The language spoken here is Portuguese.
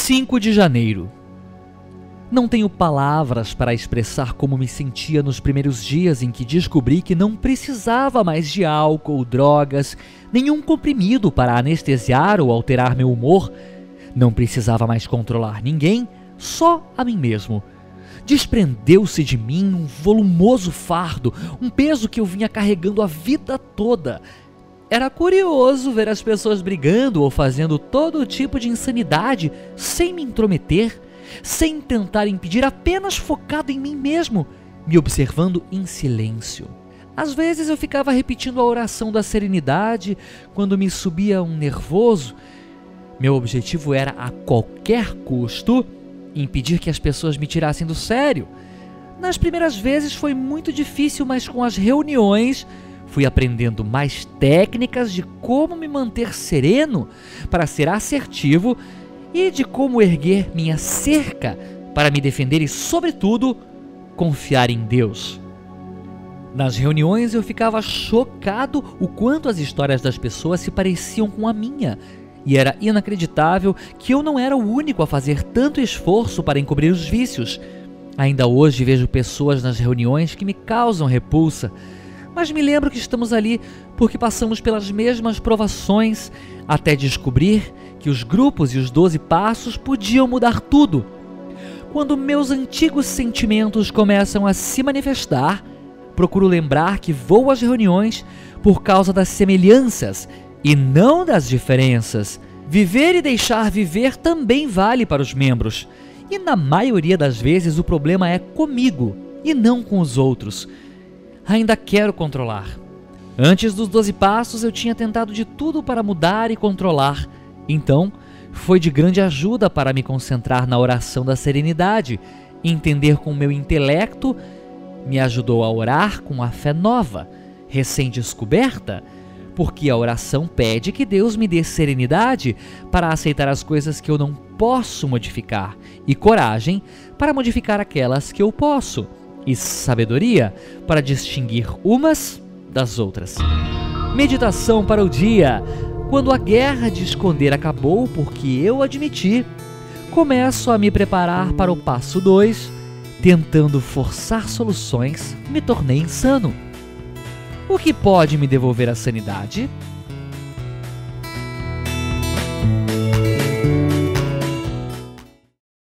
5 de janeiro. Não tenho palavras para expressar como me sentia nos primeiros dias em que descobri que não precisava mais de álcool, drogas, nenhum comprimido para anestesiar ou alterar meu humor. Não precisava mais controlar ninguém, só a mim mesmo. Desprendeu-se de mim um volumoso fardo, um peso que eu vinha carregando a vida toda. Era curioso ver as pessoas brigando ou fazendo todo tipo de insanidade sem me intrometer, sem tentar impedir, apenas focado em mim mesmo, me observando em silêncio. Às vezes eu ficava repetindo a oração da serenidade quando me subia um nervoso. Meu objetivo era, a qualquer custo, impedir que as pessoas me tirassem do sério. Nas primeiras vezes foi muito difícil, mas com as reuniões fui aprendendo mais técnicas de como me manter sereno para ser assertivo e de como erguer minha cerca para me defender e, sobretudo, confiar em Deus. Nas reuniões eu ficava chocado o quanto as histórias das pessoas se pareciam com a minha, e era inacreditável que eu não era o único a fazer tanto esforço para encobrir os vícios. Ainda hoje vejo pessoas nas reuniões que me causam repulsa, mas me lembro que estamos ali porque passamos pelas mesmas provações até descobrir que os grupos e os 12 passos podiam mudar tudo. Quando meus antigos sentimentos começam a se manifestar, procuro lembrar que vou às reuniões por causa das semelhanças e não das diferenças. Viver e deixar viver também vale para os membros. E na maioria das vezes o problema é comigo e não com os outros. Ainda quero controlar. Antes dos 12 passos eu tinha tentado de tudo para mudar e controlar. Então, foi de grande ajuda para me concentrar na oração da serenidade. Entender com o meu intelecto me ajudou a orar com a fé nova, recém-descoberta, porque a oração pede que Deus me dê serenidade para aceitar as coisas que eu não posso modificar e coragem para modificar aquelas que eu posso, e sabedoria para distinguir umas das outras. Meditação para o dia. Quando a guerra de esconder acabou, porque eu admiti, começo a me preparar para o passo 2, tentando forçar soluções, me tornei insano. O que pode me devolver a sanidade?